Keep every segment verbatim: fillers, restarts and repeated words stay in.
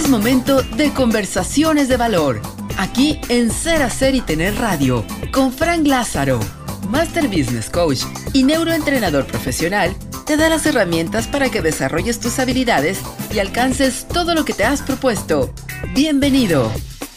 Es momento de conversaciones de valor, aquí en Ser, Hacer y Tener Radio, con Frank Lázaro, Master Business Coach y neuroentrenador profesional. Te da las herramientas para que desarrolles tus habilidades y alcances todo lo que te has propuesto. ¡Bienvenido!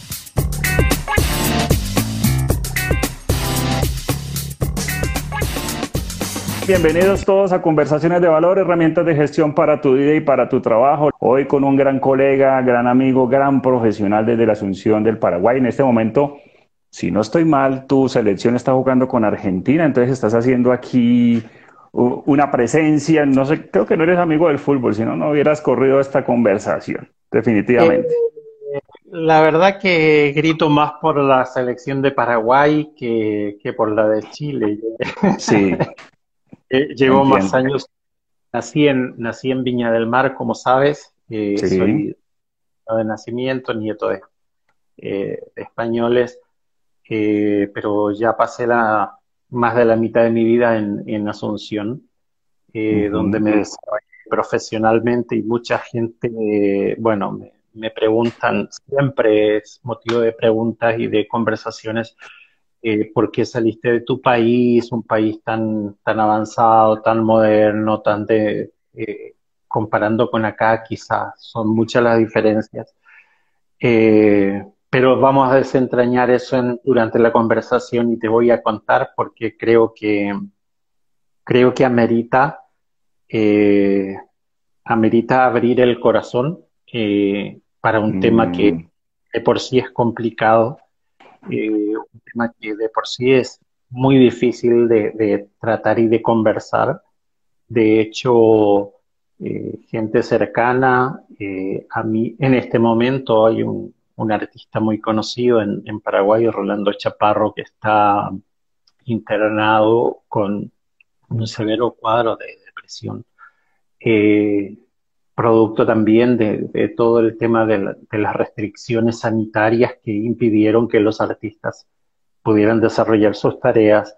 Bienvenidos todos a Conversaciones de Valor, herramientas de gestión para tu vida y para tu trabajo. Hoy con un gran colega, gran amigo, gran profesional desde la Asunción del Paraguay. En este momento, si no estoy mal, tu selección está jugando con Argentina, entonces estás haciendo aquí una presencia. No sé, creo que no eres amigo del fútbol, si no, no hubieras corrido esta conversación, definitivamente. Eh, la verdad que grito más por la selección de Paraguay que, que por la de Chile. Sí. Eh, llevo Entiendo. más años, nací en, nací en Viña del Mar, como sabes, eh, Sí. soy de nacimiento, nieto de, eh, de españoles, eh, pero ya pasé la, más de la mitad de mi vida en, en Asunción, eh, Uh-huh. donde me desarrollé profesionalmente y mucha gente, eh, bueno, me, me preguntan, siempre es motivo de preguntas y de conversaciones. Eh, ¿por qué saliste de tu país, un país tan, tan avanzado, tan moderno, tan de, eh, comparando con acá, quizás son muchas las diferencias? Eh, pero vamos a desentrañar eso en- durante la conversación y te voy a contar porque creo que, creo que amerita, eh, amerita abrir el corazón eh, para un tema que Mm. de por sí es complicado, eh, un tema que de por sí es muy difícil de, de tratar y de conversar. De hecho, eh, gente cercana eh, a mí, en este momento hay un, un artista muy conocido en, en Paraguay, Rolando Chaparro, que está internado con un severo cuadro de depresión. Eh, Producto también de, de todo el tema de, la- de las restricciones sanitarias que impidieron que los artistas pudieran desarrollar sus tareas,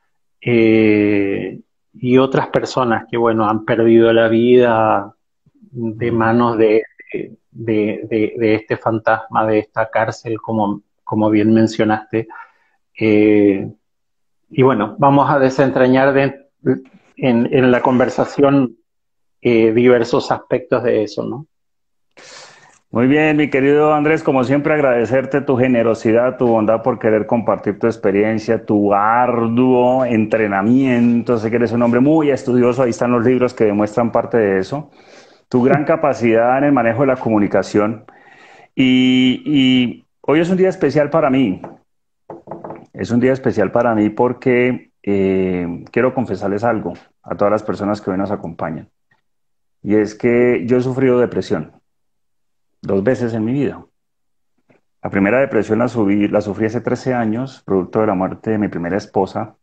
eh, y otras personas que, bueno, han perdido la vida de manos de, de, de- de este fantasma, de esta cárcel, como, como bien mencionaste. Eh, y bueno, vamos a desentrañar de- en, en la conversación eh, diversos aspectos de eso, ¿no? Muy bien, mi querido Andrés, como siempre agradecerte tu generosidad, tu bondad por querer compartir tu experiencia, tu arduo entrenamiento. Sé que eres un hombre muy estudioso, ahí están los libros que demuestran parte de eso. Tu gran capacidad en el manejo de la comunicación. Y, y hoy es un día especial para mí. Es un día especial para mí porque eh, quiero confesarles algo a todas las personas que hoy nos acompañan. Y es que yo he sufrido depresión dos veces en mi vida. La primera depresión la, subí- la sufrí hace trece años, producto de la muerte de mi primera esposa.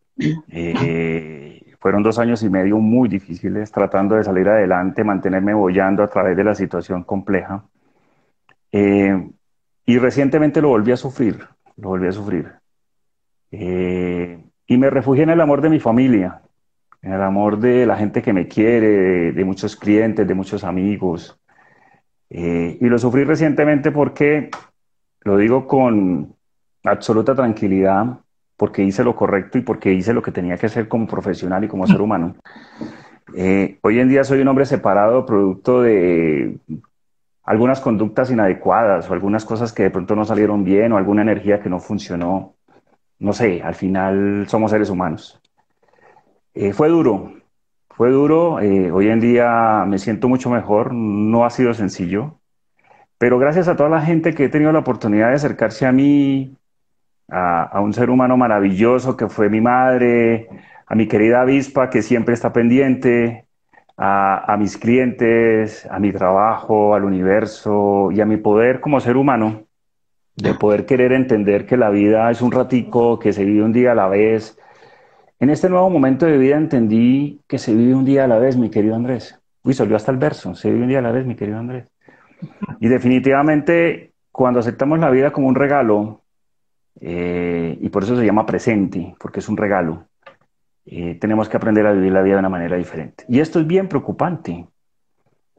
Eh, fueron dos años y medio muy difíciles, tratando de salir adelante, mantenerme boyando a través de la situación compleja. Eh, y recientemente lo volví a sufrir, lo volví a sufrir. Eh, y me refugié en el amor de mi familia, en el amor de la gente que me quiere, de, de muchos clientes, de muchos amigos. Eh, y lo sufrí recientemente porque lo digo con absoluta tranquilidad, porque hice lo correcto y porque hice lo que tenía que hacer como profesional y como ser humano. Eh, hoy en día soy un hombre separado, producto de algunas conductas inadecuadas o algunas cosas que de pronto no salieron bien o alguna energía que no funcionó. No sé, al final somos seres humanos. Eh, fue duro, fue duro. Eh, hoy en día me siento mucho mejor, no ha sido sencillo, pero gracias a toda la gente que he tenido la oportunidad de acercarse a mí, a, a un ser humano maravilloso que fue mi madre, a mi querida avispa que siempre está pendiente, a, a mis clientes, a mi trabajo, al universo y a mi poder como ser humano, de poder querer entender que la vida es un ratico, que se vive un día a la vez. En este nuevo momento de vida entendí que se vive un día a la vez, mi querido Andrés. Uy, salió hasta el verso, se vive un día a la vez, mi querido Andrés. Y definitivamente, cuando aceptamos la vida como un regalo, eh, y por eso se llama presente, porque es un regalo. Eh, tenemos que aprender a vivir la vida de una manera diferente. Y esto es bien preocupante.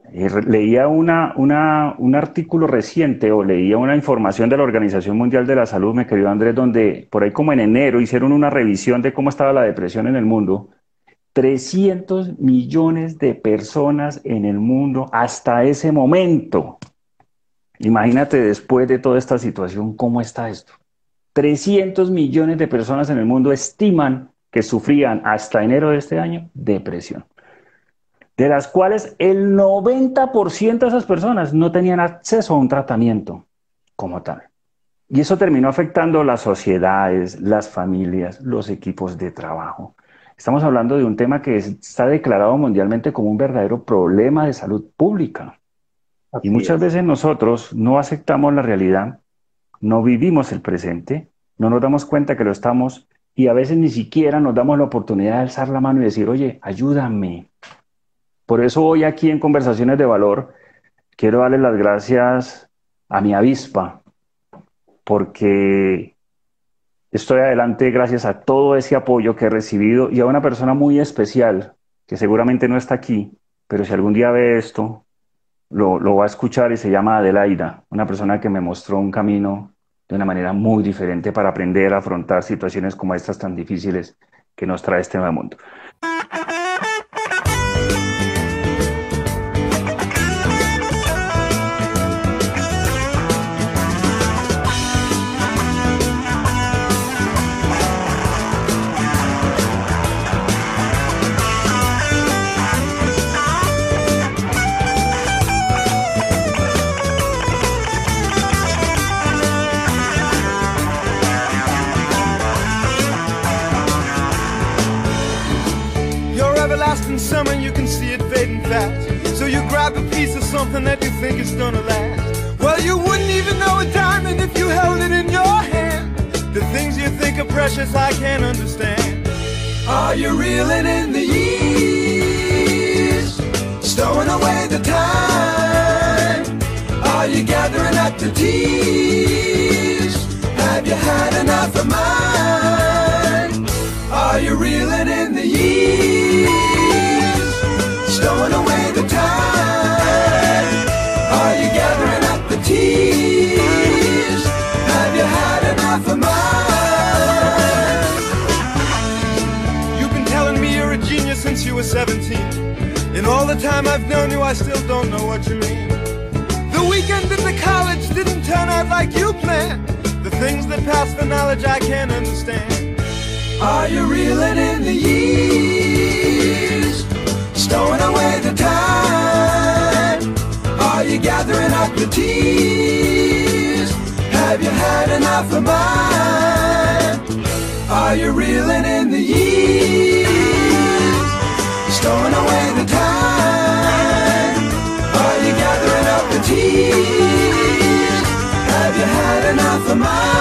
Eh, leía una, una, un artículo reciente o leía una información de la Organización Mundial de la Salud, mi querido Andrés, donde por ahí como en enero hicieron una revisión de cómo estaba la depresión en el mundo. trescientos millones de personas en el mundo hasta ese momento. Imagínate después de toda esta situación, ¿cómo está esto? trescientos millones de personas en el mundo estiman que sufrían hasta enero de este año depresión, de las cuales el noventa por ciento de esas personas no tenían acceso a un tratamiento como tal. Y eso terminó afectando las sociedades, las familias, los equipos de trabajo. Estamos hablando de un tema que está declarado mundialmente como un verdadero problema de salud pública. Así Y muchas es. veces nosotros no aceptamos la realidad, no vivimos el presente, no nos damos cuenta que lo estamos y a veces ni siquiera nos damos la oportunidad de alzar la mano y decir, oye, ayúdame. Por eso hoy aquí en Conversaciones de Valor quiero darle las gracias a mi avispa, porque estoy adelante gracias a todo ese apoyo que he recibido y a una persona muy especial que seguramente no está aquí, pero si algún día ve esto, lo, lo va a escuchar y se llama Adelaida, una persona que me mostró un camino de una manera muy diferente para aprender a afrontar situaciones como estas tan difíciles que nos trae este nuevo mundo. Summer, you can see it fading fast. So you grab a piece of something that you think is gonna last. Well, you wouldn't even know a diamond if you held it in your hand. The things you think are precious, I can't understand. Are you reeling in the years, stowing away the time? Are you gathering up the tears? Have you had enough of mine? Are you reeling in the years, stowing away the time? Are you gathering up the tears? Have you had enough of mine? You've been telling me you're a genius since you were seventeen. In all the time I've known you, I still don't know what you mean. The weekend in the college didn't turn out like you planned. The things that pass for knowledge I can't understand. Are you reeling in the years, stowing away the time? Are you gathering up the tears? Have you had enough of mine? Are you reeling in the years, stowing away the time? Are you gathering up the tears? Have you had enough of mine?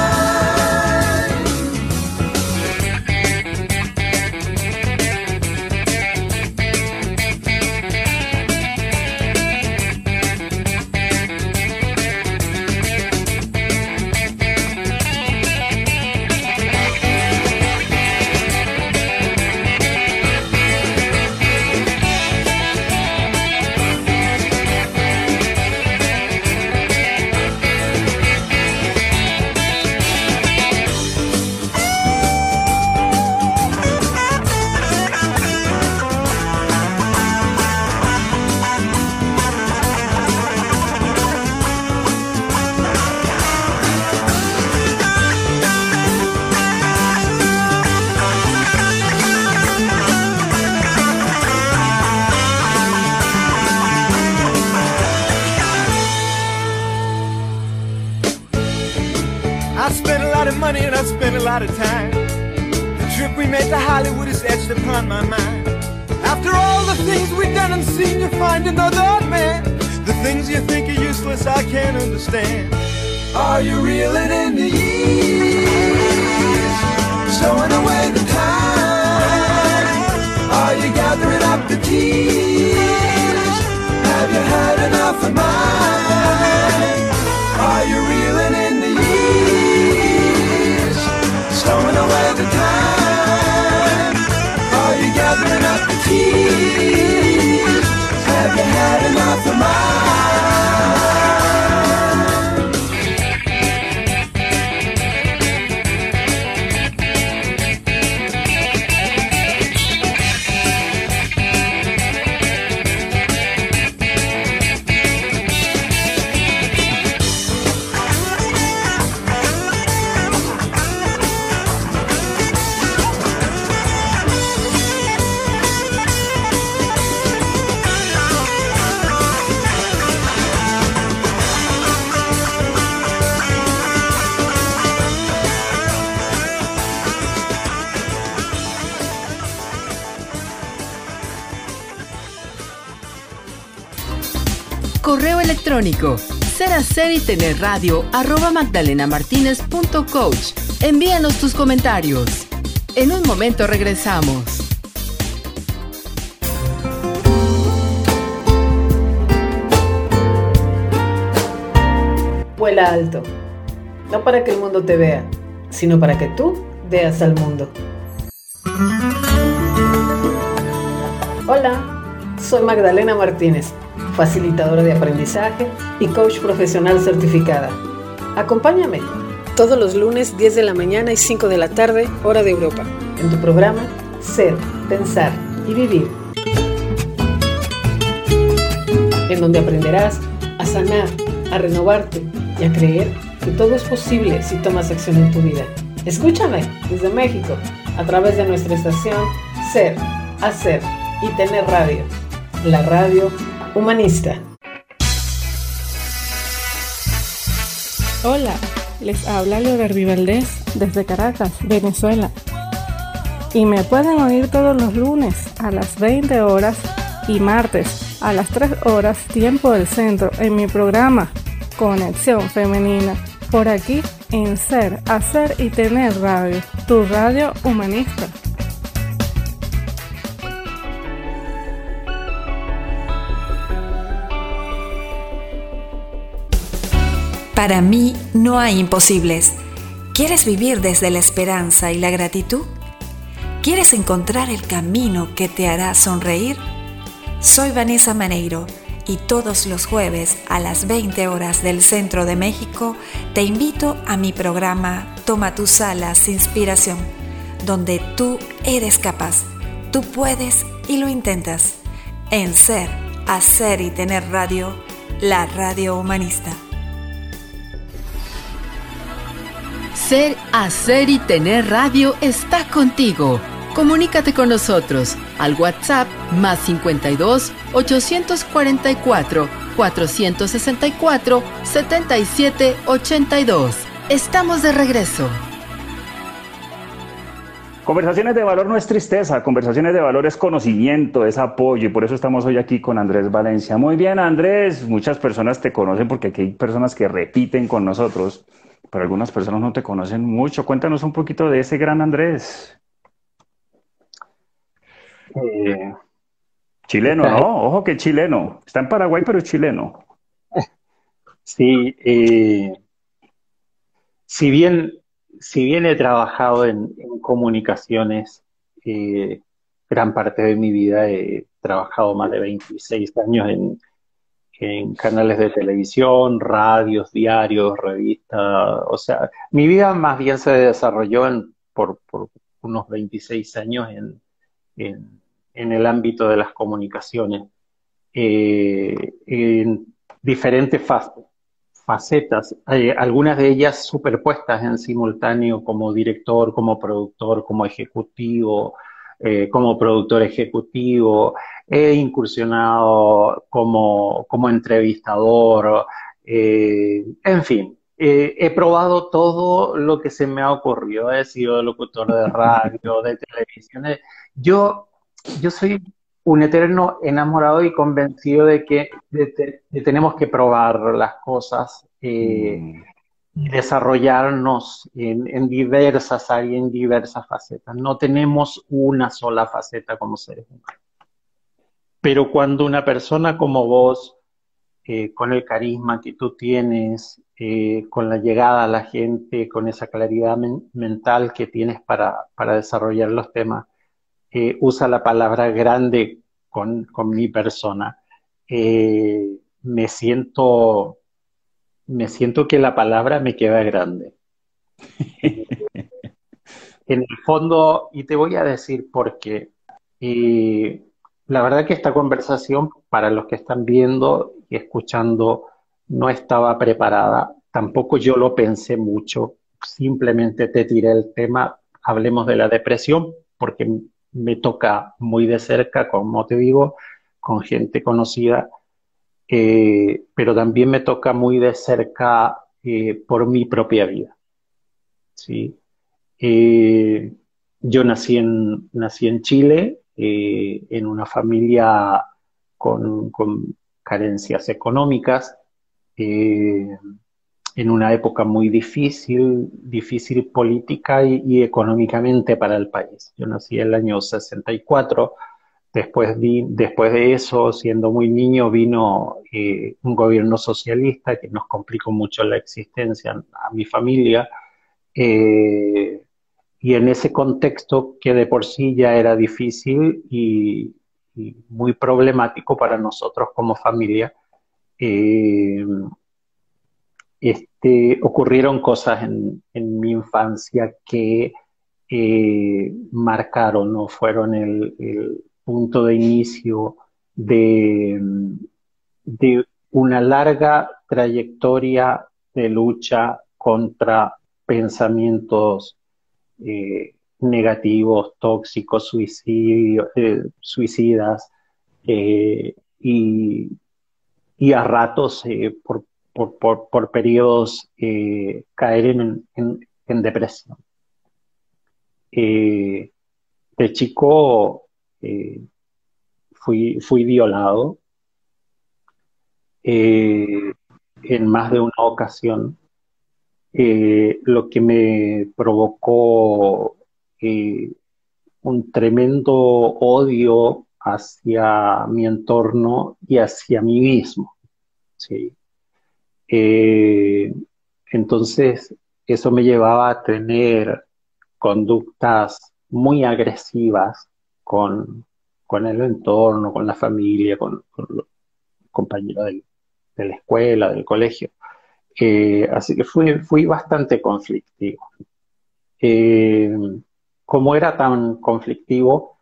Money and I've spent a lot of time. The trip we made to Hollywood is etched upon my mind. After all the things we've done and seen, you find another man. The things you think are useless, I can't understand. Are you reeling in the years, stowing away the time? Are you gathering up the tears? Have you had enough of mine? Are you reeling in the years, stowing away the time? Are you gathering up the tears? Have Have you had enough of mine? Correo electrónico ser hacer y tener radio arroba magdalenamartinez punto coach. Envíanos tus comentarios. En un momento regresamos. Vuela alto. No para que el mundo te vea, sino para que tú veas al mundo. Hola, soy Magdalena Martínez, facilitadora de aprendizaje y coach profesional certificada. Acompáñame todos los lunes diez de la mañana y cinco de la tarde, hora de Europa, en tu programa Ser, Pensar y Vivir, en donde aprenderás a sanar, a renovarte y a creer que todo es posible si tomas acción en tu vida. Escúchame desde México a través de nuestra estación Ser, Hacer y Tener Radio, la radio humanista. Hola, les habla Leoderby Valdés desde Caracas, Venezuela. Y me pueden oír todos los lunes a las veinte horas y martes a las tres horas tiempo del centro en mi programa Conexión Femenina, por aquí en Ser, Hacer y Tener Radio, tu radio humanista. Para mí no hay imposibles. ¿Quieres vivir desde la esperanza y la gratitud? ¿Quieres encontrar el camino que te hará sonreír? Soy Vanessa Maneiro y todos los jueves a las veinte horas del Centro de México te invito a mi programa Toma tus alas, Inspiración, donde tú eres capaz, tú puedes y lo intentas. En Ser, Hacer y Tener Radio, la radio humanista. Ser, Hacer y Tener Radio está contigo. Comunícate con nosotros al WhatsApp más cincuenta y dos, ochocientos cuarenta y cuatro, cuatrocientos sesenta y cuatro, setenta y siete ochenta y dos. Estamos de regreso. Conversaciones de valor no es tristeza, conversaciones de valor es conocimiento, es apoyo, y por eso estamos hoy aquí con Andrés Valencia. Muy bien, Andrés, muchas personas te conocen porque aquí hay personas que repiten con nosotros, pero algunas personas no te conocen mucho. Cuéntanos un poquito de ese gran Andrés. Eh, Chileno, ¿no? Ojo que chileno. Está en Paraguay, pero es chileno. sí, eh, si bien, si bien he trabajado en, en comunicaciones, eh, gran parte de mi vida he trabajado más de veintiséis años en, en canales de televisión, radios, diarios, revistas. O sea, mi vida más bien se desarrolló en, por, por unos veintiséis años en, en, en el ámbito de las comunicaciones, eh, en diferentes fa- facetas, eh, algunas de ellas superpuestas en simultáneo como director, como productor, como ejecutivo, eh, como productor ejecutivo. He incursionado como, como entrevistador, eh, en fin. Eh, he probado todo lo que se me ha ocurrido. He sido locutor de radio, de televisión. Yo, yo soy un eterno enamorado y convencido de que de, de, de tenemos que probar las cosas eh, mm. y desarrollarnos en, en diversas áreas, en diversas facetas. No tenemos una sola faceta como seres humanos. Pero cuando una persona como vos, eh, con el carisma que tú tienes, eh, con la llegada a la gente, con esa claridad men- mental que tienes para, para desarrollar los temas, Eh, usa la palabra grande con, con mi persona, eh, me siento, me siento que la palabra me queda grande. En el fondo, y te voy a decir por qué. Y la verdad que esta conversación, para los que están viendo y escuchando, no estaba preparada. Tampoco yo lo pensé mucho. Simplemente te tiré el tema. Hablemos de la depresión, porque me toca muy de cerca, como te digo, con gente conocida, eh, pero también me toca muy de cerca eh, por mi propia vida, ¿sí? Eh, yo nací en, nací en Chile, eh, en una familia con, con carencias económicas, eh, en una época muy difícil, difícil política y, y económicamente para el país. Yo nací en el año sesenta y cuatro. Después, vi, después de eso, siendo muy niño, vino eh, un gobierno socialista que nos complicó mucho la existencia a mi familia. Eh, y en ese contexto que de por sí ya era difícil y, y muy problemático para nosotros como familia, eh, este, ocurrieron cosas en, en mi infancia que eh, marcaron o fueron el, el punto de inicio de, de una larga trayectoria de lucha contra pensamientos eh, negativos, tóxicos, suicidio, eh, suicidas, eh, y, y, a ratos eh, por, por, por, por, periodos eh, caer en, en, en depresión. Eh, de chico eh, fui, fui violado eh, en más de una ocasión, eh, lo que me provocó eh, un tremendo odio hacia mi entorno y hacia mí mismo, ¿sí? Eh, entonces, eso me llevaba a tener conductas muy agresivas con, con el entorno, con la familia, con, con los compañeros de, de la escuela, del colegio. Eh, así que fui, fui bastante conflictivo. Eh, como era tan conflictivo,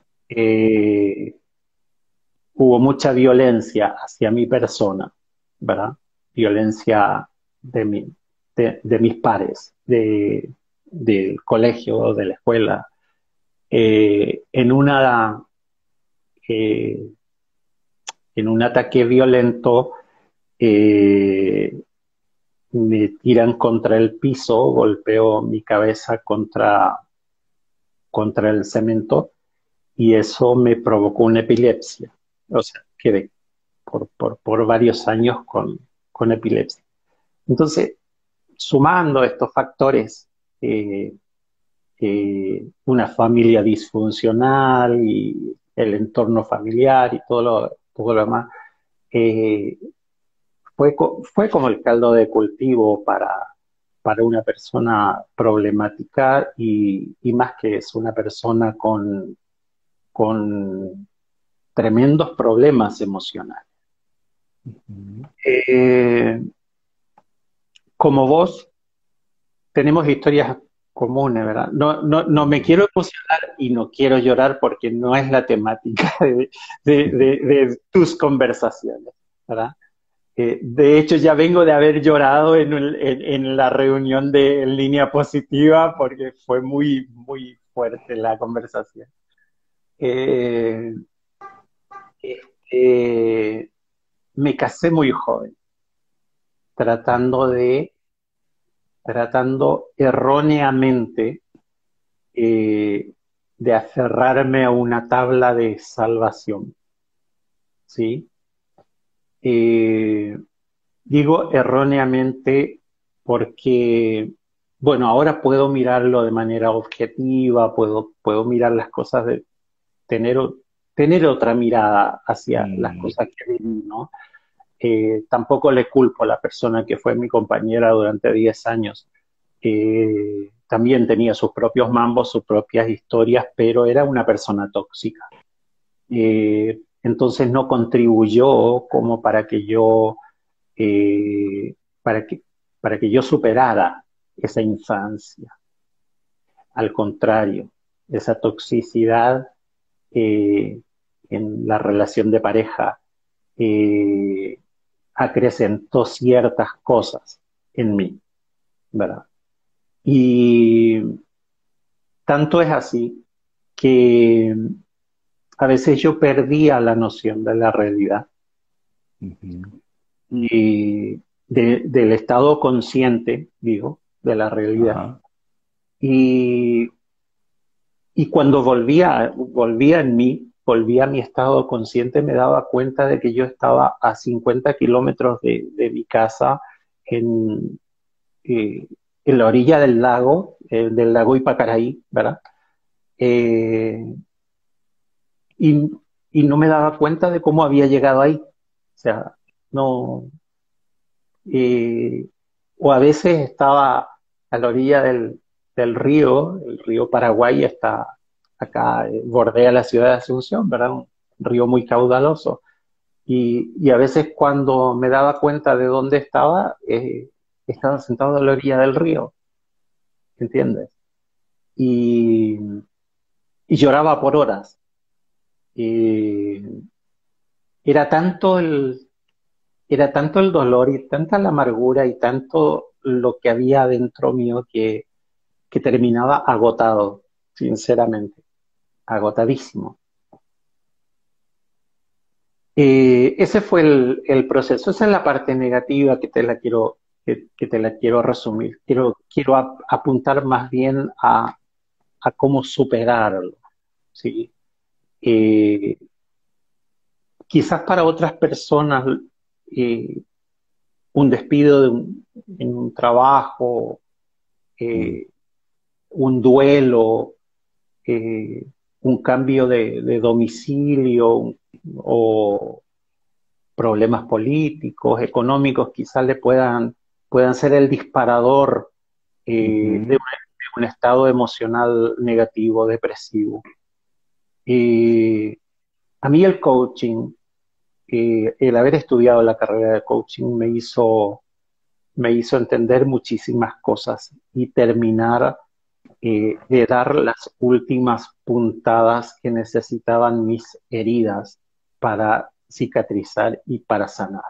eh, hubo mucha violencia hacia mi persona, ¿verdad? Violencia de, mi, de, de mis pares, de, del colegio, de la escuela, eh, en, una, eh, en un ataque violento. Eh, me tiran contra el piso, golpeo mi cabeza contra, contra el cemento y eso me provocó una epilepsia. O sea, quedé por, por, por varios años con, con epilepsia. Entonces, sumando estos factores, eh, eh, una familia disfuncional y el entorno familiar y todo lo, todo lo demás, eh, fue, fue como el caldo de cultivo para, para una persona problemática y, y más que eso, una persona con, con tremendos problemas emocionales. Uh-huh. Eh, como vos, tenemos historias comunes, ¿verdad? No, no, no me quiero emocionar y no quiero llorar porque no es la temática de, de, de, de tus conversaciones, ¿verdad? Eh, de hecho, ya vengo de haber llorado en, en, en la reunión de en línea positiva porque fue muy, muy fuerte la conversación. Eh, eh, me casé muy joven, tratando de, tratando erróneamente eh, de aferrarme a una tabla de salvación, ¿sí? Eh, digo erróneamente porque, bueno, ahora puedo mirarlo de manera objetiva, puedo, puedo mirar las cosas, de tener, tener otra mirada hacia mm. las cosas que viví, ¿no? Eh, tampoco le culpo a la persona que fue mi compañera durante diez años. Eh, también tenía sus propios mambos, sus propias historias, pero era una persona tóxica. Eh, entonces no contribuyó como para que yo, eh, para que, para que yo superara esa infancia. Al contrario, esa toxicidad eh, en la relación de pareja eh, acrecentó ciertas cosas en mí, ¿verdad? Y tanto es así que a veces yo perdía la noción de la realidad Ujú. y de- del estado consciente, digo, de la realidad. Ajá. Y, y cuando volvía, volvía en mí, volvía a mi estado consciente, me daba cuenta de que yo estaba a cincuenta kilómetros de, de mi casa en, eh, en la orilla del lago, eh, del lago Ipacaraí, ¿verdad? Eh, y, y no me daba cuenta de cómo había llegado ahí. O sea, no, eh, o a veces estaba a la orilla del, del río, el río Paraguay está acá, eh, bordea la ciudad de Asunción, ¿verdad? Un río muy caudaloso. Y, y a veces cuando me daba cuenta de dónde estaba, eh, estaba sentado a la orilla del río, ¿entiendes? Y, y lloraba por horas. Y era tanto el, era tanto el dolor y tanta la amargura y tanto lo que había dentro mío que, que terminaba agotado, sinceramente, agotadísimo. Eh, ese fue el, el proceso, esa es la parte negativa que te la quiero, que, que te la quiero resumir. Quiero, quiero ap- apuntar más bien a, a cómo superarlo, ¿sí? Eh, Quizás para otras personas eh, un despido de un, en un trabajo, Mm. eh, un duelo, eh, un cambio de, de domicilio un- o problemas políticos, económicos, quizás le puedan, puedan ser el disparador eh, de, Ujú. un, de un estado emocional negativo, depresivo. Eh, a mí el coaching, eh, el haber estudiado la carrera de coaching me hizo, me hizo entender muchísimas cosas y terminar eh, de dar las últimas puntadas que necesitaban mis heridas para cicatrizar y para sanar.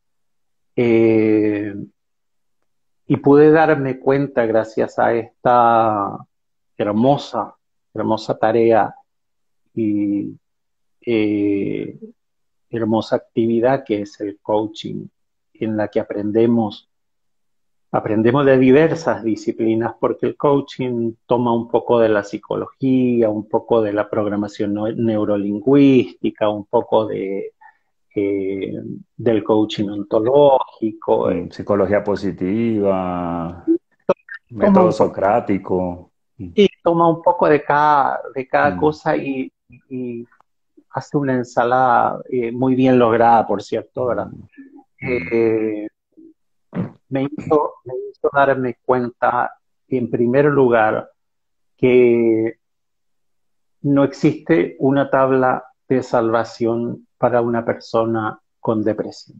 Eh, y pude darme cuenta gracias a esta hermosa, hermosa tarea y eh, hermosa actividad que es el coaching, en la que aprendemos Aprendemos de diversas disciplinas porque el coaching toma un poco de la psicología, un poco de la programación no- neurolingüística, un poco de, eh, del coaching ontológico, Mm, eh, psicología positiva, toma método un poco, socrático. Mm. y toma un poco de cada, de cada Mm. cosa y, y hace una ensalada eh, muy bien lograda, por cierto, ¿verdad? Mm. Mm. Eh, me hizo, me hizo darme cuenta, en primer lugar, que no existe una tabla de salvación para una persona con depresión.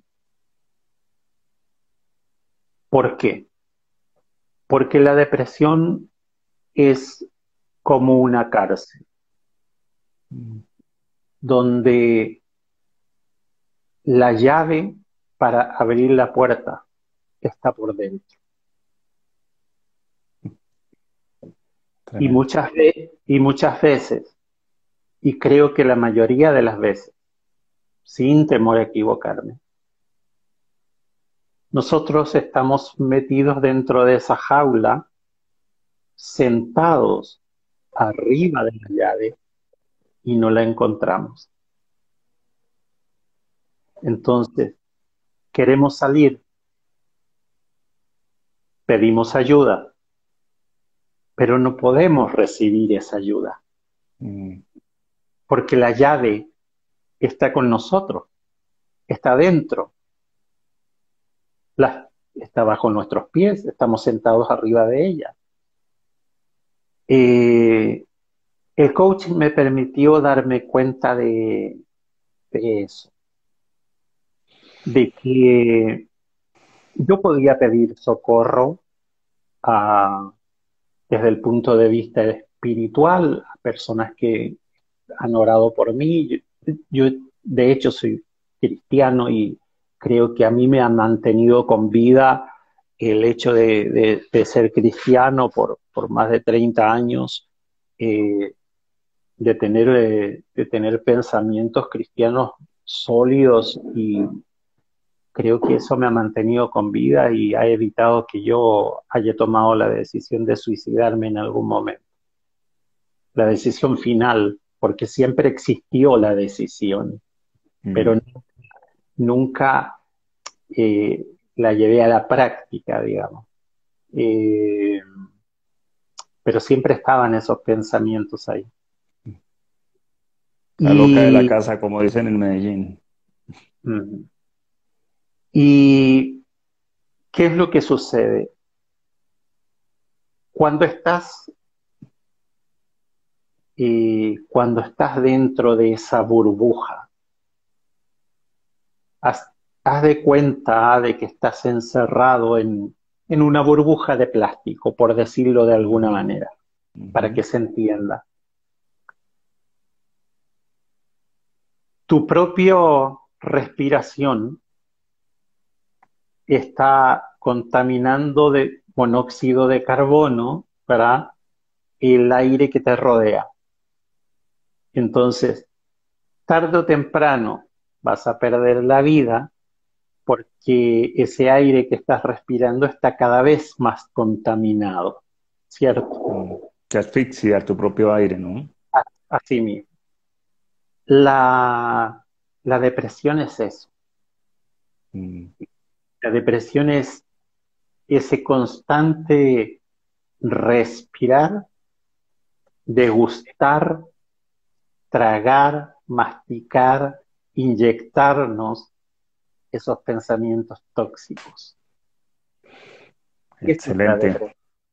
¿Por qué? Porque la depresión es como una cárcel, Mm. donde la llave para abrir la puerta está por dentro. Y Tremendo. muchas, ve- y muchas veces, y creo que la mayoría de las veces, sin temor a equivocarme, nosotros estamos metidos dentro de esa jaula, sentados arriba de la llave y no la encontramos. Entonces, queremos salir, pedimos ayuda, pero no podemos recibir esa ayuda Mm. porque la llave está con nosotros, está dentro, la, está bajo nuestros pies, estamos sentados arriba de ella. Eh, el coaching me permitió darme cuenta de, justamente eso, de que yo podía pedir socorro a, desde el punto de vista espiritual a personas que han orado por mí. Yo, yo, de hecho soy cristiano y creo que a mí me ha mantenido con vida el hecho de, de, de ser cristiano por, por más de treinta años, eh, de, tener, eh, de tener pensamientos cristianos sólidos, y creo que eso me ha mantenido con vida y ha evitado que yo haya tomado la decisión de suicidarme en algún momento. La decisión final, porque siempre existió la decisión, mm. pero nunca eh, la llevé a la práctica, digamos. Eh, pero siempre estaban esos pensamientos ahí. La y... loca de la casa, como dicen en Medellín. Mm. ¿Y qué es lo que sucede? Cuando estás, eh, cuando estás dentro de esa burbuja, haz, haz de cuenta de que estás encerrado en, en una burbuja de plástico, por decirlo de alguna manera, uh-huh. para que se entienda. Tu propia respiración está contaminando de monóxido de carbono para el aire que te rodea. Entonces, tarde o temprano vas a perder la vida porque ese aire que estás respirando está cada vez más contaminado, ¿cierto? Te asfixia tu propio aire, ¿no? Así mismo. La, la depresión es eso. Mm. La depresión es ese constante respirar, degustar, tragar, masticar, inyectarnos esos pensamientos tóxicos. Excelente.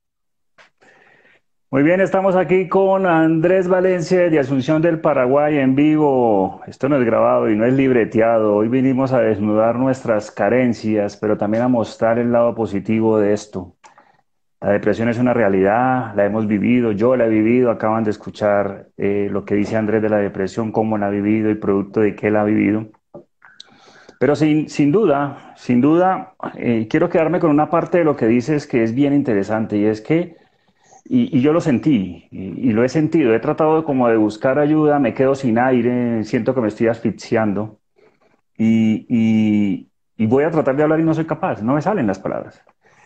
Muy bien, estamos aquí con Andrés Valencia de Asunción del Paraguay en vivo. Esto no es grabado y no es libreteado. Hoy vinimos a desnudar nuestras carencias, pero también a mostrar el lado positivo de esto. La depresión es una realidad, la hemos vivido, yo la he vivido. Acaban de escuchar eh, lo que dice Andrés de la depresión, cómo la ha vivido y producto de qué la ha vivido. Pero sin, sin duda, sin duda, eh, quiero quedarme con una parte de lo que dices que es bien interesante, y es que Y, y yo lo sentí, y, y lo he sentido, he tratado de, como de buscar ayuda, me quedo sin aire, siento que me estoy asfixiando, y, y, y voy a tratar de hablar y no soy capaz, no me salen las palabras.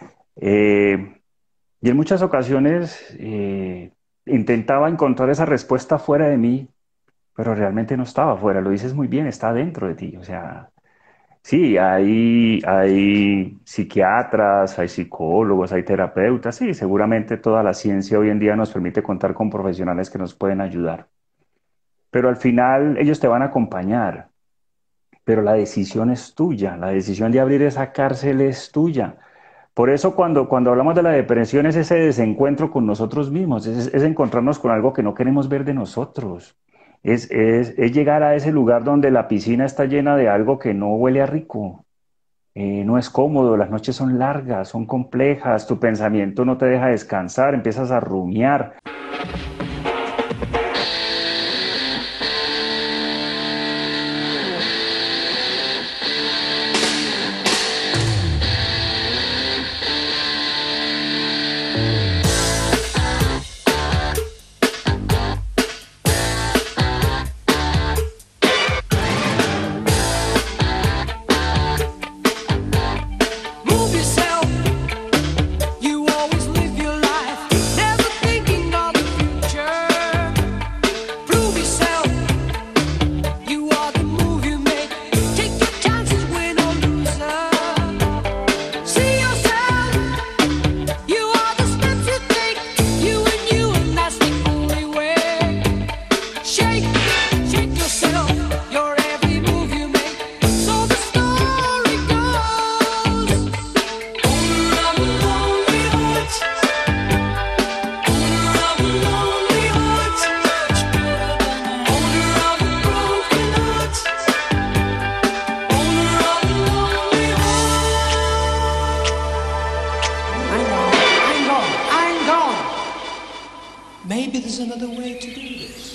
Eh, y en muchas ocasiones eh, intentaba encontrar esa respuesta fuera de mí, pero realmente no estaba fuera, lo dices muy bien, está dentro de ti, o sea... Sí, hay, hay psiquiatras, hay psicólogos, hay terapeutas, sí, seguramente toda la ciencia hoy en día nos permite contar con profesionales que nos pueden ayudar. Pero al final ellos te van a acompañar, pero la decisión es tuya, la decisión de abrir esa cárcel es tuya. Por eso cuando, cuando hablamos de la depresión es ese desencuentro con nosotros mismos, es, es encontrarnos con algo que no queremos ver de nosotros. Es, es, es llegar a ese lugar donde la piscina está llena de algo que no huele a rico, eh, no es cómodo, las noches son largas, son complejas, tu pensamiento no te deja descansar, empiezas a rumiar. Move yourself, you always live your life, never thinking of maybe there's another way to do this.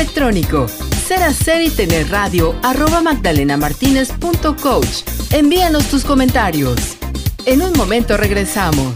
electrónico ser hacer y tener radio arroba magdalenamartinez punto coach. Envíanos tus comentarios. En un momento regresamos.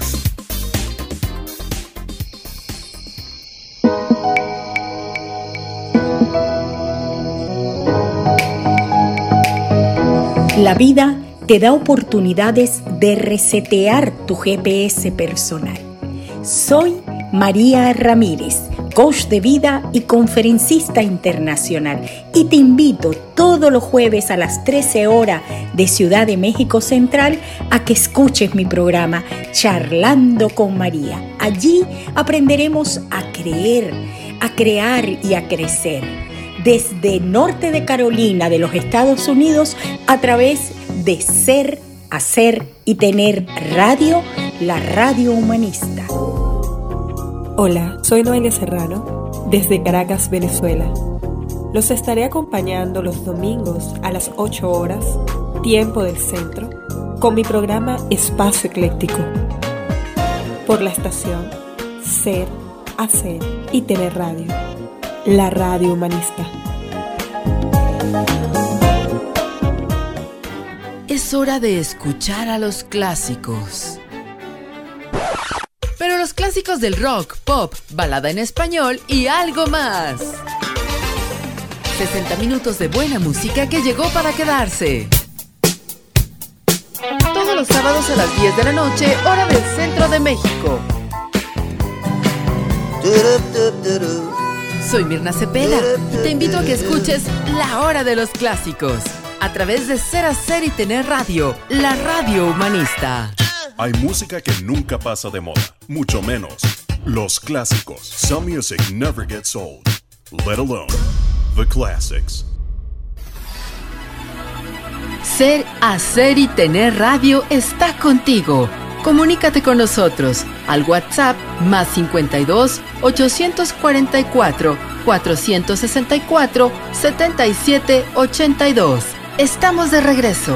La vida te da oportunidades de resetear tu G P S personal. Soy María Ramírez, coach de vida y conferencista internacional, y te invito todos los jueves a las trece horas de Ciudad de México Central a que escuches mi programa Charlando con María. Allí aprenderemos a creer, a crear y a crecer. Desde norte de Carolina de los Estados Unidos a través de Ser, Hacer y Tener Radio, la radio humanista. Hola, soy Noelia Serrano, desde Caracas, Venezuela. Los estaré acompañando los domingos a las ocho horas, tiempo del centro, con mi programa Espacio Ecléctico, por la estación Ser, Hacer y Tener Radio, la radio humanista. Es hora de escuchar a los clásicos. Pero los clásicos del rock, pop, balada en español y algo más. sesenta minutos de buena música que llegó para quedarse. Todos los sábados a las diez de la noche, hora del centro de México. Soy Mirna Cepeda y te invito a que escuches La Hora de los Clásicos a través de Ser, Hacer y Tener Radio, la radio humanista. Hay música que nunca pasa de moda, mucho menos los clásicos. Some music never gets old, let alone the classics. Ser, Hacer y Tener Radio está contigo. Comunícate con nosotros al WhatsApp más cincuenta y dos, ochocientos cuarenta y cuatro, cuatrocientos sesenta y cuatro, setenta y siete ochenta y dos. Estamos de regreso.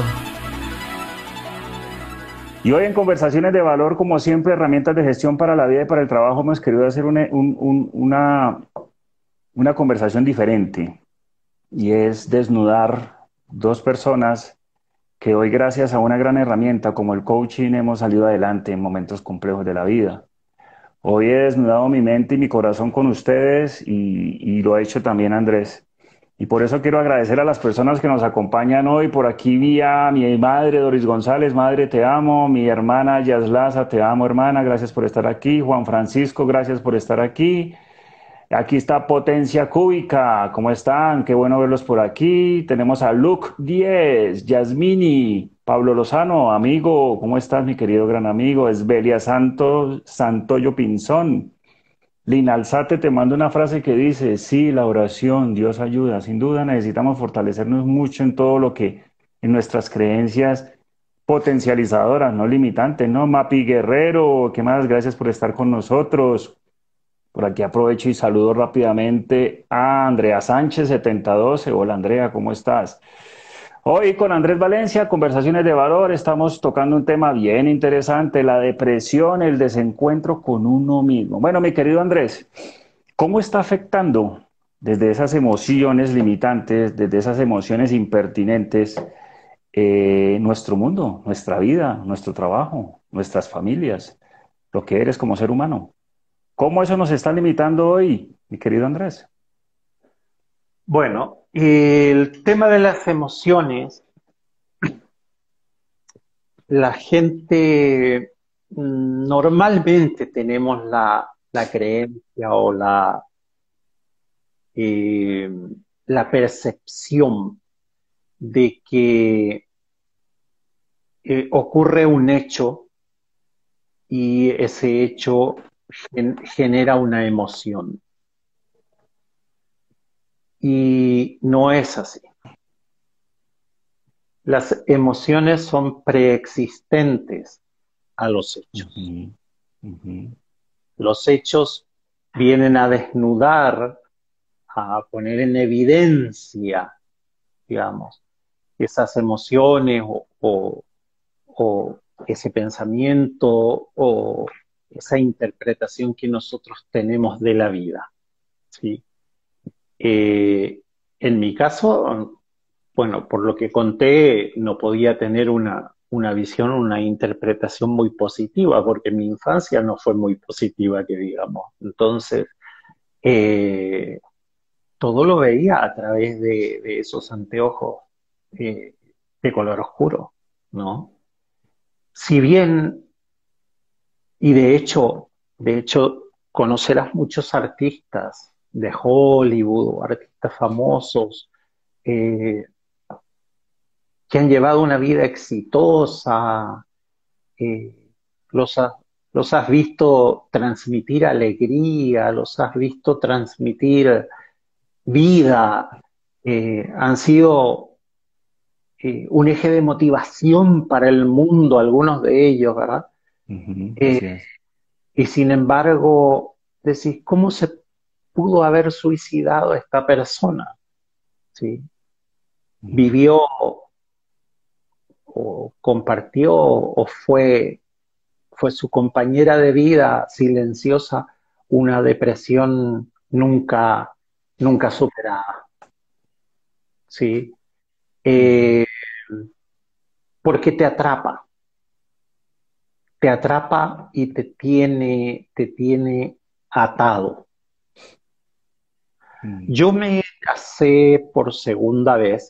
Y hoy en Conversaciones de Valor, como siempre, herramientas de gestión para la vida y para el trabajo, hemos querido hacer una, un, un, una, una conversación diferente, y es desnudar dos personas que hoy, gracias a una gran herramienta como el coaching, hemos salido adelante en momentos complejos de la vida. Hoy he desnudado mi mente y mi corazón con ustedes, y, y lo ha hecho también Andrés. Y por eso quiero agradecer a las personas que nos acompañan hoy. Por aquí vi a mi madre, Doris González. Madre, te amo. Mi hermana Yaslaza, te amo, hermana. Gracias por estar aquí. Juan Francisco, gracias por estar aquí. Aquí está Potencia Cúbica. ¿Cómo están? Qué bueno verlos por aquí. Tenemos a Luke diez, Yasmini, Pablo Lozano, amigo. ¿Cómo estás, mi querido gran amigo? Esbelia Santos, Santoyo Pinzón. Lina Alzate te mando una frase que dice: sí, la oración, Dios ayuda. Sin duda necesitamos fortalecernos mucho en todo lo que, en nuestras creencias potencializadoras, no limitantes, ¿no? Mapi Guerrero, ¿qué más? Gracias por estar con nosotros. Por aquí aprovecho y saludo rápidamente a Andrea Sánchez, setenta doce. Hola Andrea, ¿cómo estás? Hoy con Andrés Valencia, Conversaciones de Valor, estamos tocando un tema bien interesante, la depresión, el desencuentro con uno mismo. Bueno, mi querido Andrés, ¿cómo está afectando desde esas emociones limitantes, desde esas emociones impertinentes, eh, nuestro mundo, nuestra vida, nuestro trabajo, nuestras familias, lo que eres como ser humano? ¿Cómo eso nos está limitando hoy, mi querido Andrés? Bueno, el tema de las emociones, la gente mm, normalmente tenemos la, la creencia o la, eh, la percepción de que eh, ocurre un hecho y ese hecho gen- genera una emoción. Y no es así. Las emociones son preexistentes a los hechos. Uh-huh. Uh-huh. Los hechos vienen a desnudar, a poner en evidencia, digamos, esas emociones o, o, o ese pensamiento o esa interpretación que nosotros tenemos de la vida, ¿sí? Eh, en mi caso, bueno, por lo que conté, no podía tener una, una visión, una interpretación muy positiva, porque mi infancia no fue muy positiva, que digamos. Entonces, eh, todo lo veía a través de, de esos anteojos eh, de color oscuro, ¿no? Si bien, y de hecho, de hecho, conocerás muchos artistas de Hollywood, artistas famosos, eh, que han llevado una vida exitosa, eh, los, ha- los has visto transmitir alegría, los has visto transmitir vida, eh, han sido eh, un eje de motivación para el mundo, algunos de ellos, ¿verdad? Ujú, Eh, así es. y sin embargo, decís, ¿cómo se pudo haber suicidado esta persona? ¿Sí? Ujú. ¿Vivió o compartió o fue, fue su compañera de vida silenciosa una depresión nunca, nunca superada? ¿Sí? Ujú. Eh, porque te atrapa, te atrapa y te tiene, te tiene atado. Mm. Yo me casé por segunda vez,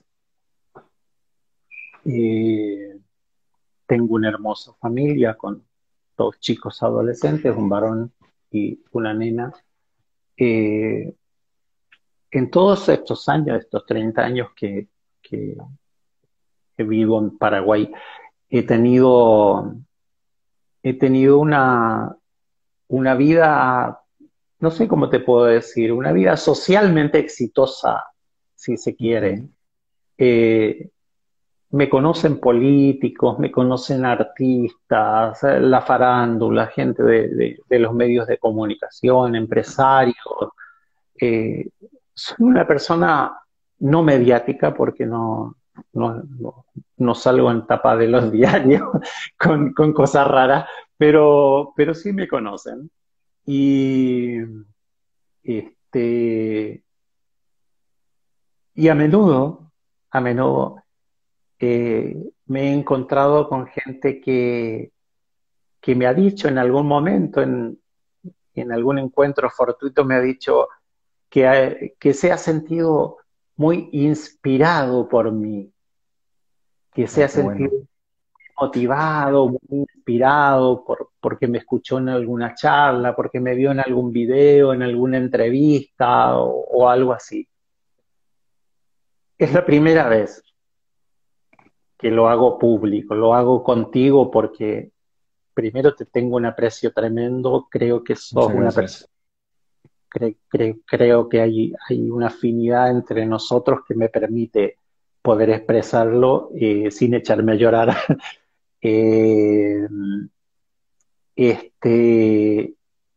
eh, tengo una hermosa familia con dos chicos adolescentes, un varón y una nena. Eh, en todos estos años, estos treinta años que, que, que vivo en Paraguay, he tenido, he tenido una, una vida, no sé cómo te puedo decir, una vida socialmente exitosa, si se quiere. Ujú. Eh, Me conocen políticos, me conocen artistas, eh, la farándula, gente de, de- de los medios de comunicación, empresarios. Eh, Soy una persona no mediática porque no, no, no- no salgo en tapa de los diarios con, con cosas raras, pero, pero sí me conocen. Y, este, y a menudo, a menudo eh, me he encontrado con gente que, que me ha dicho en algún momento, en, en algún encuentro fortuito, me ha dicho que, ha- que se ha sentido muy inspirado por mí, que se Ah, ha qué sentido bueno. motivado, muy inspirado por, porque me escuchó en alguna charla, porque me vio en algún video, en alguna entrevista o, o algo así. Es la primera vez que lo hago público, lo hago contigo porque primero te tengo un aprecio tremendo, creo que sos Muchas una persona, gracias. cre- cre- creo que hay, hay una afinidad entre nosotros que me permite poder expresarlo eh, sin echarme a llorar. Eh, este,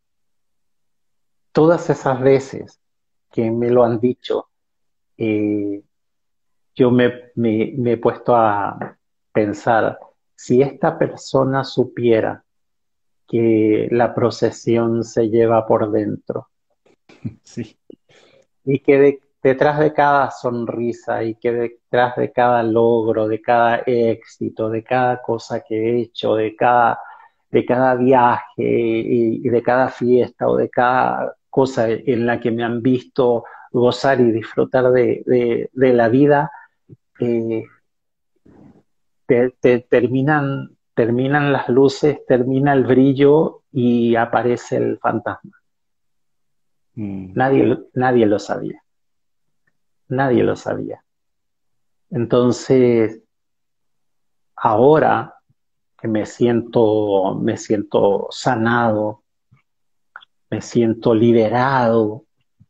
Todas esas veces que me lo han dicho, eh, yo me, me- me he puesto a pensar, si esta persona supiera que la procesión se lleva por dentro, Sí. y que de- detrás de cada sonrisa y que detrás de cada logro, de cada éxito, de cada cosa que he hecho, de cada, de cada viaje y, y de cada fiesta o de cada cosa en la que me han visto gozar y disfrutar de, de- de la vida, eh, te- te terminan, terminan las luces, termina el brillo y aparece el fantasma. Mm. Nadie, lo- nadie lo sabía, nadie lo sabía. Entonces, ahora que me siento, me siento sanado, me siento liberado,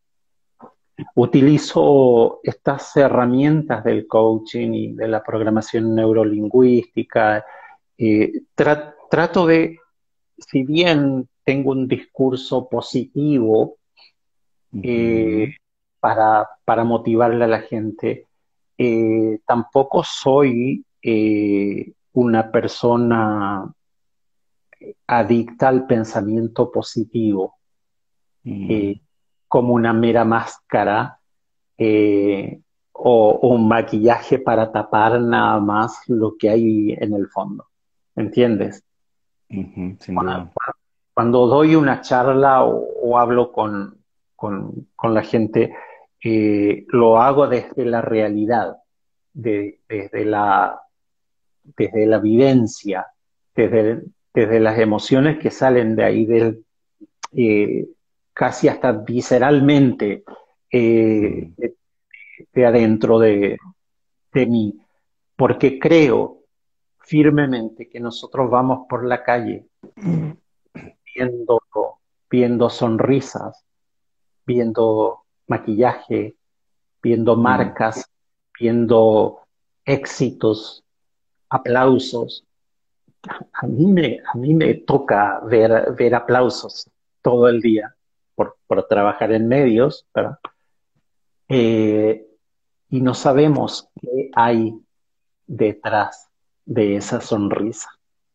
utilizo estas herramientas del coaching y de la programación neurolingüística. eh, tra- trato de, si bien tengo un discurso positivo eh, Ujú. para, para motivarle a la gente, eh, tampoco soy eh, una persona adicta al pensamiento positivo, eh, Mm. como una mera máscara eh, o, o un maquillaje para tapar nada más lo que hay en el fondo. ¿Entiendes? Ujú, sin duda. Cuando doy una charla o, o hablo con, con, con la gente, eh, lo hago desde la realidad, de- desde la, desde la vivencia, desde, desde las emociones que salen de ahí, del, eh, casi hasta visceralmente, eh, Mm. de, de adentro de, de mí, porque creo firmemente que nosotros vamos por la calle viendo, viendo sonrisas, viendo maquillaje, viendo Mm. marcas, viendo éxitos, aplausos. A mí me, a mí me toca ver, ver aplausos todo el día por, por trabajar en medios, ¿verdad? Eh, y no sabemos qué hay detrás de esa sonrisa.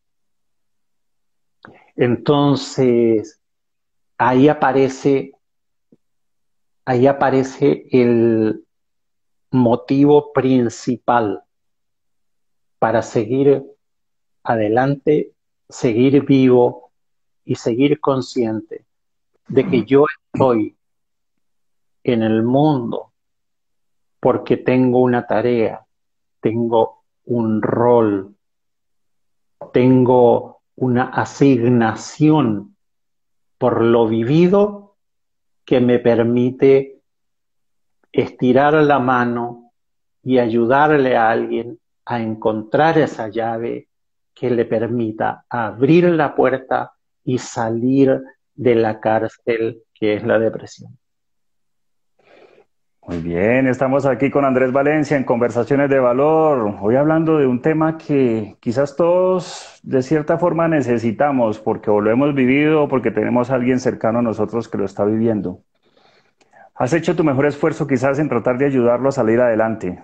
Entonces, ahí aparece, ahí aparece el motivo principal para seguir adelante, seguir vivo y seguir consciente de que yo estoy en el mundo porque tengo una tarea, tengo un rol, tengo una asignación por lo vivido que me permite estirar la mano y ayudarle a alguien a encontrar esa llave que le permita abrir la puerta y salir de la cárcel que es la depresión. Muy bien, estamos aquí con Andrés Valencia en Conversaciones de Valor. Hoy hablando de un tema que quizás todos de cierta forma necesitamos porque o lo hemos vivido o porque tenemos a alguien cercano a nosotros que lo está viviendo. Has hecho tu mejor esfuerzo quizás en tratar de ayudarlo a salir adelante,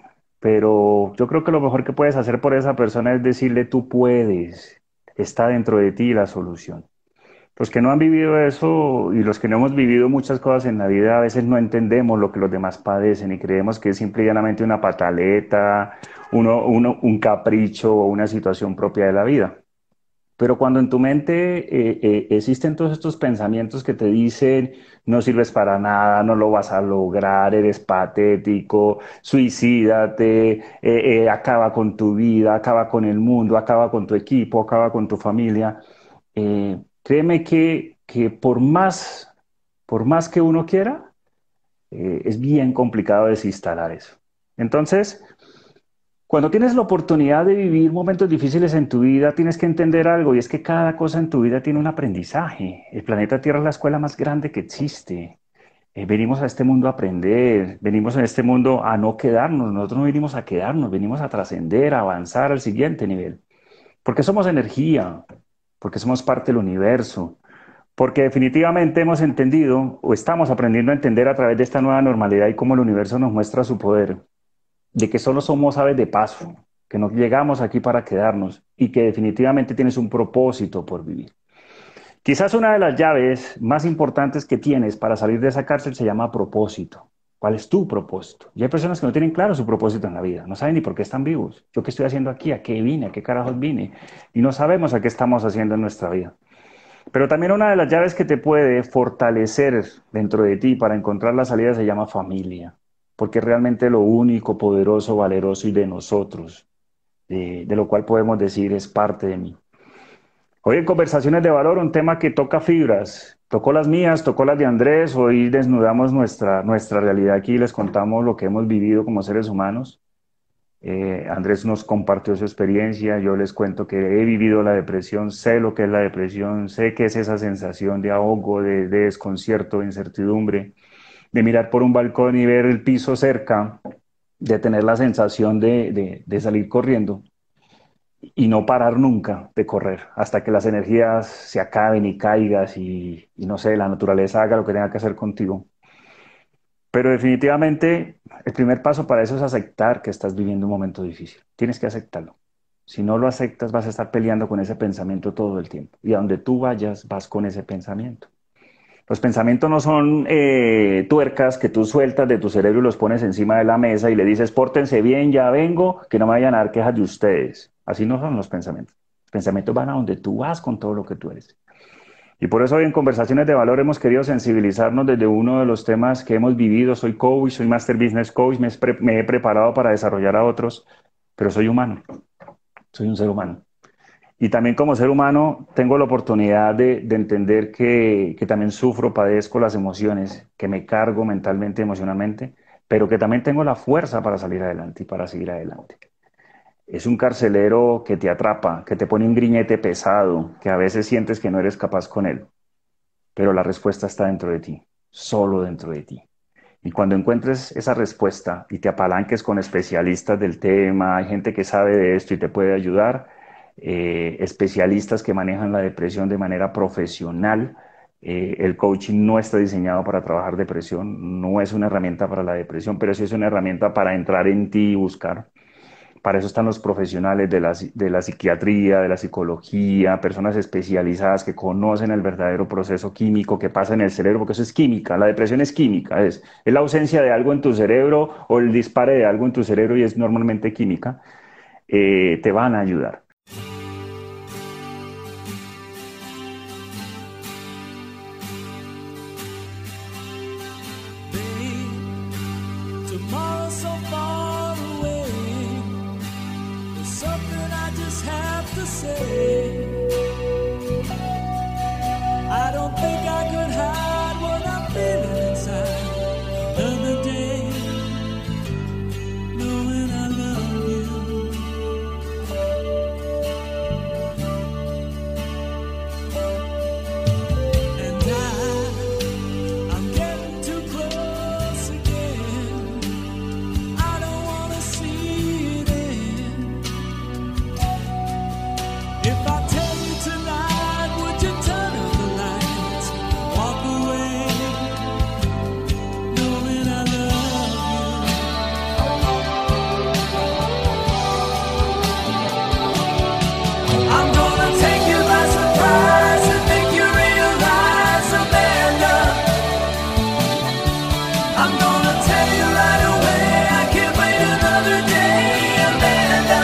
pero yo creo que lo mejor que puedes hacer por esa persona es decirle tú puedes, está dentro de ti la solución. Los que no han vivido eso y los que no hemos vivido muchas cosas en la vida a veces no entendemos lo que los demás padecen y creemos que es simple y llanamente una pataleta, uno, uno, un capricho o una situación propia de la vida. Pero cuando en tu mente eh, eh, existen todos estos pensamientos que te dicen no sirves para nada, no lo vas a lograr, eres patético, suicídate, eh, eh, acaba con tu vida, acaba con el mundo, acaba con tu equipo, acaba con tu familia. Eh, créeme que, que por más, por más que uno quiera, eh, es bien complicado desinstalar eso. Entonces, cuando tienes la oportunidad de vivir momentos difíciles en tu vida, tienes que entender algo y es que cada cosa en tu vida tiene un aprendizaje. El planeta Tierra es la escuela más grande que existe. Eh, venimos a este mundo a aprender, venimos en este mundo a no quedarnos, nosotros no venimos a quedarnos, venimos a trascender, a avanzar al siguiente nivel. Porque somos energía, porque somos parte del universo, porque definitivamente hemos entendido o estamos aprendiendo a entender a través de esta nueva normalidad y cómo el universo nos muestra su poder de que solo somos aves de paso, que no llegamos aquí para quedarnos y que definitivamente tienes un propósito por vivir. Quizás una de las llaves más importantes que tienes para salir de esa cárcel se llama propósito. ¿Cuál es tu propósito? Y hay personas que no tienen claro su propósito en la vida, no saben ni por qué están vivos. ¿Yo qué estoy haciendo aquí? ¿A qué vine? ¿A qué carajos vine? Y no sabemos a qué estamos haciendo en nuestra vida. Pero también una de las llaves que te puede fortalecer dentro de ti para encontrar la salida se llama familia, porque es realmente lo único, poderoso, valeroso y de nosotros, de, de lo cual podemos decir es parte de mí. Hoy en Conversaciones de Valor, un tema que toca fibras, tocó las mías, tocó las de Andrés, hoy desnudamos nuestra, nuestra realidad aquí y les contamos lo que hemos vivido como seres humanos. Eh, Andrés nos compartió su experiencia, yo les cuento que he vivido la depresión, sé lo que es la depresión, sé que es esa sensación de ahogo, de, de desconcierto, de incertidumbre, de mirar por un balcón y ver el piso cerca, de tener la sensación de, de, de salir corriendo y no parar nunca de correr hasta que las energías se acaben y caigas y, y no sé, la naturaleza haga lo que tenga que hacer contigo. Pero definitivamente el primer paso para eso es aceptar que estás viviendo un momento difícil. Tienes que aceptarlo. Si no lo aceptas, vas a estar peleando con ese pensamiento todo el tiempo. Y a donde tú vayas, vas con ese pensamiento. Los pensamientos no son eh, tuercas que tú sueltas de tu cerebro y los pones encima de la mesa y le dices, pórtense bien, ya vengo, que no me vayan a dar quejas de ustedes. Así no son los pensamientos. Los pensamientos van a donde tú vas con todo lo que tú eres. Y por eso hoy en Conversaciones de Valor hemos querido sensibilizarnos desde uno de los temas que hemos vivido. Soy coach, soy Master Business Coach, me, me he preparado para desarrollar a otros, pero soy humano, soy un ser humano. Y también como ser humano tengo la oportunidad de, de entender que, que también sufro, padezco las emociones, que me cargo mentalmente, emocionalmente, pero que también tengo la fuerza para salir adelante y para seguir adelante. Es un carcelero que te atrapa, que te pone un griñete pesado, que a veces sientes que no eres capaz con él. Pero la respuesta está dentro de ti, solo dentro de ti. Y cuando encuentres esa respuesta y te apalanques con especialistas del tema, hay gente que sabe de esto y te puede ayudar, eh, especialistas que manejan la depresión de manera profesional. Eh, el coaching no está diseñado para trabajar depresión, no es una herramienta para la depresión, pero sí es una herramienta para entrar en ti y buscar. Para eso están los profesionales de la, de la psiquiatría, de la psicología, personas especializadas que conocen el verdadero proceso químico que pasa en el cerebro, porque eso es química, la depresión es química, es, es la ausencia de algo en tu cerebro o el dispare de algo en tu cerebro y es normalmente química, eh, te van a ayudar. I don't think I could hide what I'm feeling inside another day, knowing I love you. And I, I'm getting too close again. I don't wanna see it end. If I tell you tonight, would you turn on the lights, walk away, knowing I love you? I'm gonna take you by surprise and make you realize, Amanda. I'm gonna tell you right away, I can't wait another day, Amanda.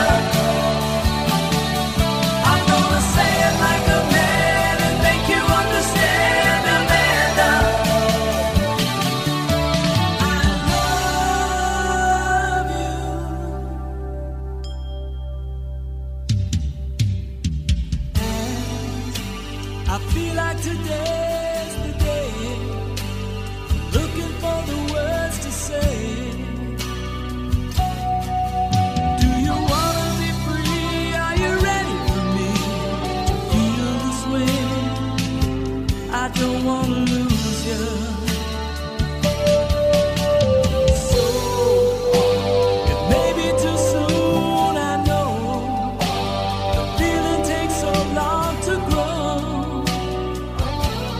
I'm gonna say it like a man and make you understand, Amanda. I love you. And I feel like today's the day, looking for the words to say. Do you wanna be free? Are you ready for me to feel this way? I don't wanna lose you. So, it may be too soon, I know. The feeling takes so long to grow.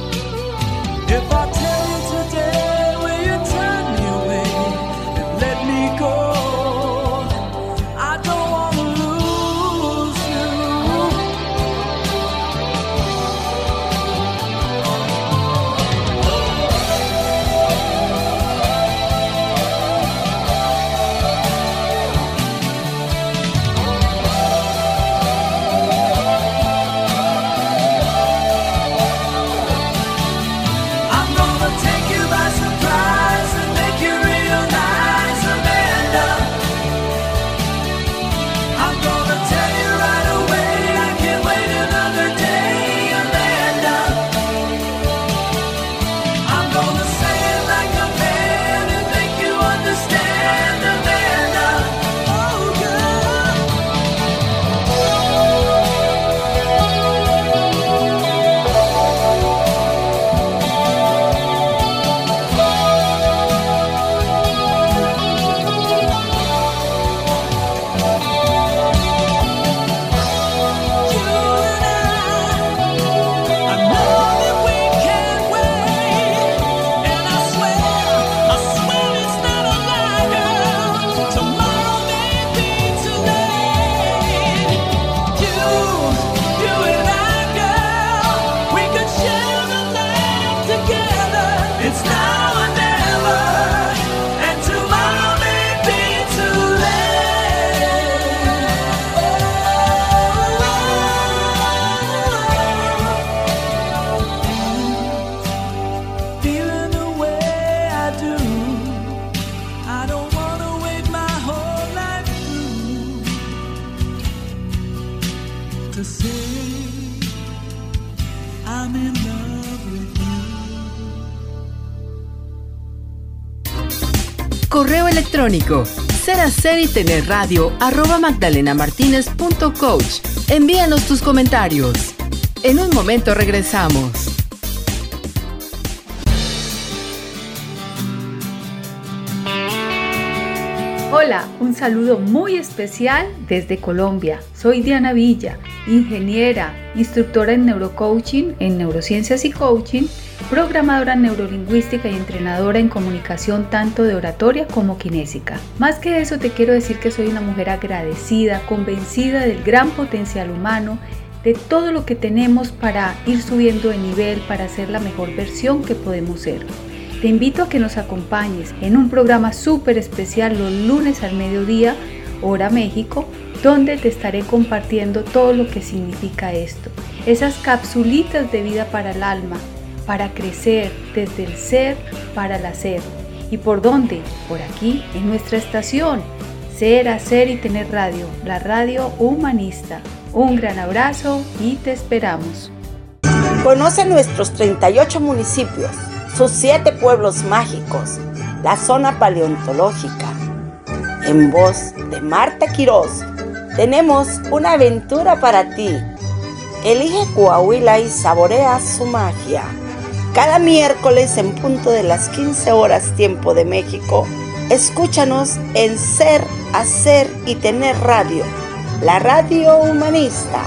electrónico ser hacer y tener radio arroba magdalenamartinez punto coach. Envíanos tus comentarios. En un momento regresamos. Hola, un saludo muy especial desde Colombia. Soy Diana Villa, ingeniera, instructora en neurocoaching, en neurociencias y coaching, programadora neurolingüística y entrenadora en comunicación tanto de oratoria como kinésica. Más que eso, te quiero decir que soy una mujer agradecida, convencida del gran potencial humano, de todo lo que tenemos para ir subiendo de nivel, para ser la mejor versión que podemos ser. Te invito a que nos acompañes en un programa súper especial los lunes al mediodía, hora México, donde te estaré compartiendo todo lo que significa esto. Esas capsulitas de vida para el alma, para crecer desde el ser para el hacer. ¿Y por dónde? Por aquí, en nuestra estación. Ser, hacer y tener radio, la radio humanista. Un gran abrazo y te esperamos. Conoce nuestros treinta y ocho municipios, sus siete pueblos mágicos, la zona paleontológica. En voz de Marta Quirós, tenemos una aventura para ti. Elige Coahuila y saborea su magia. Cada miércoles en punto de las quince horas tiempo de México, escúchanos en Ser, Hacer y Tener Radio, la radio humanista.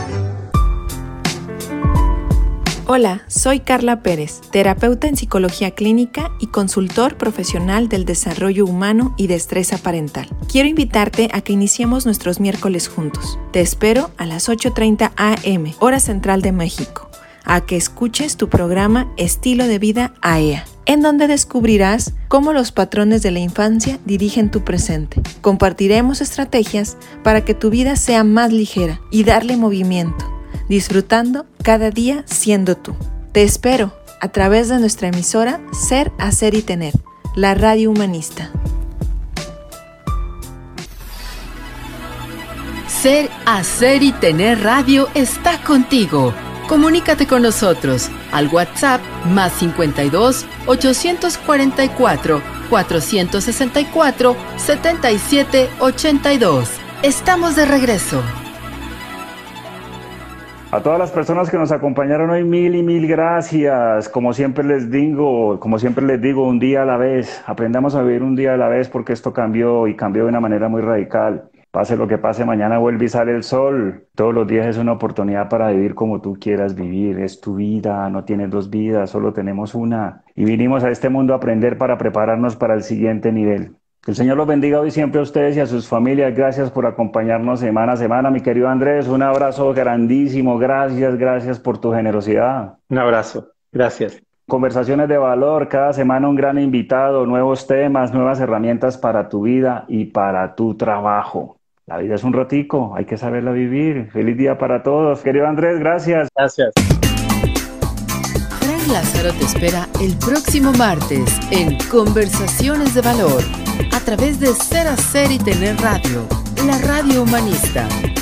Hola, soy Carla Pérez, terapeuta en psicología clínica y consultor profesional del desarrollo humano y destreza parental. Quiero invitarte a que iniciemos nuestros miércoles juntos. Te espero a las ocho treinta a eme, hora central de México, a que escuches tu programa Estilo de Vida A E A, en donde descubrirás cómo los patrones de la infancia dirigen tu presente. Compartiremos estrategias para que tu vida sea más ligera y darle movimiento, disfrutando cada día siendo tú. Te espero a través de nuestra emisora Ser, Hacer y Tener, la radio humanista. Ser, Hacer y Tener Radio está contigo. Comunícate con nosotros al WhatsApp más cincuenta y dos, ochocientos cuarenta y cuatro, cuatrocientos sesenta y cuatro, setenta y siete ochenta y dos. Estamos de regreso. A todas las personas que nos acompañaron hoy, mil y mil gracias. Como siempre les digo, como siempre les digo, un día a la vez. Aprendamos a vivir un día a la vez porque esto cambió y cambió de una manera muy radical. Pase lo que pase, mañana vuelve y sale el sol. Todos los días es una oportunidad para vivir como tú quieras vivir. Es tu vida, no tienes dos vidas, solo tenemos una. Y vinimos a este mundo a aprender para prepararnos para el siguiente nivel. Que el Señor los bendiga hoy siempre a ustedes y a sus familias. Gracias por acompañarnos semana a semana. Mi querido Andrés, un abrazo grandísimo. Gracias, gracias por tu generosidad. Un abrazo. Gracias. Conversaciones de valor, cada semana un gran invitado, nuevos temas, nuevas herramientas para tu vida y para tu trabajo. La vida es un ratico, hay que saberla vivir. Feliz día para todos. Querido Andrés, gracias. Gracias. Frank Lázaro te espera el próximo martes en Conversaciones de Valor, a través de Ser, Hacer y Tener Radio, la radio humanista.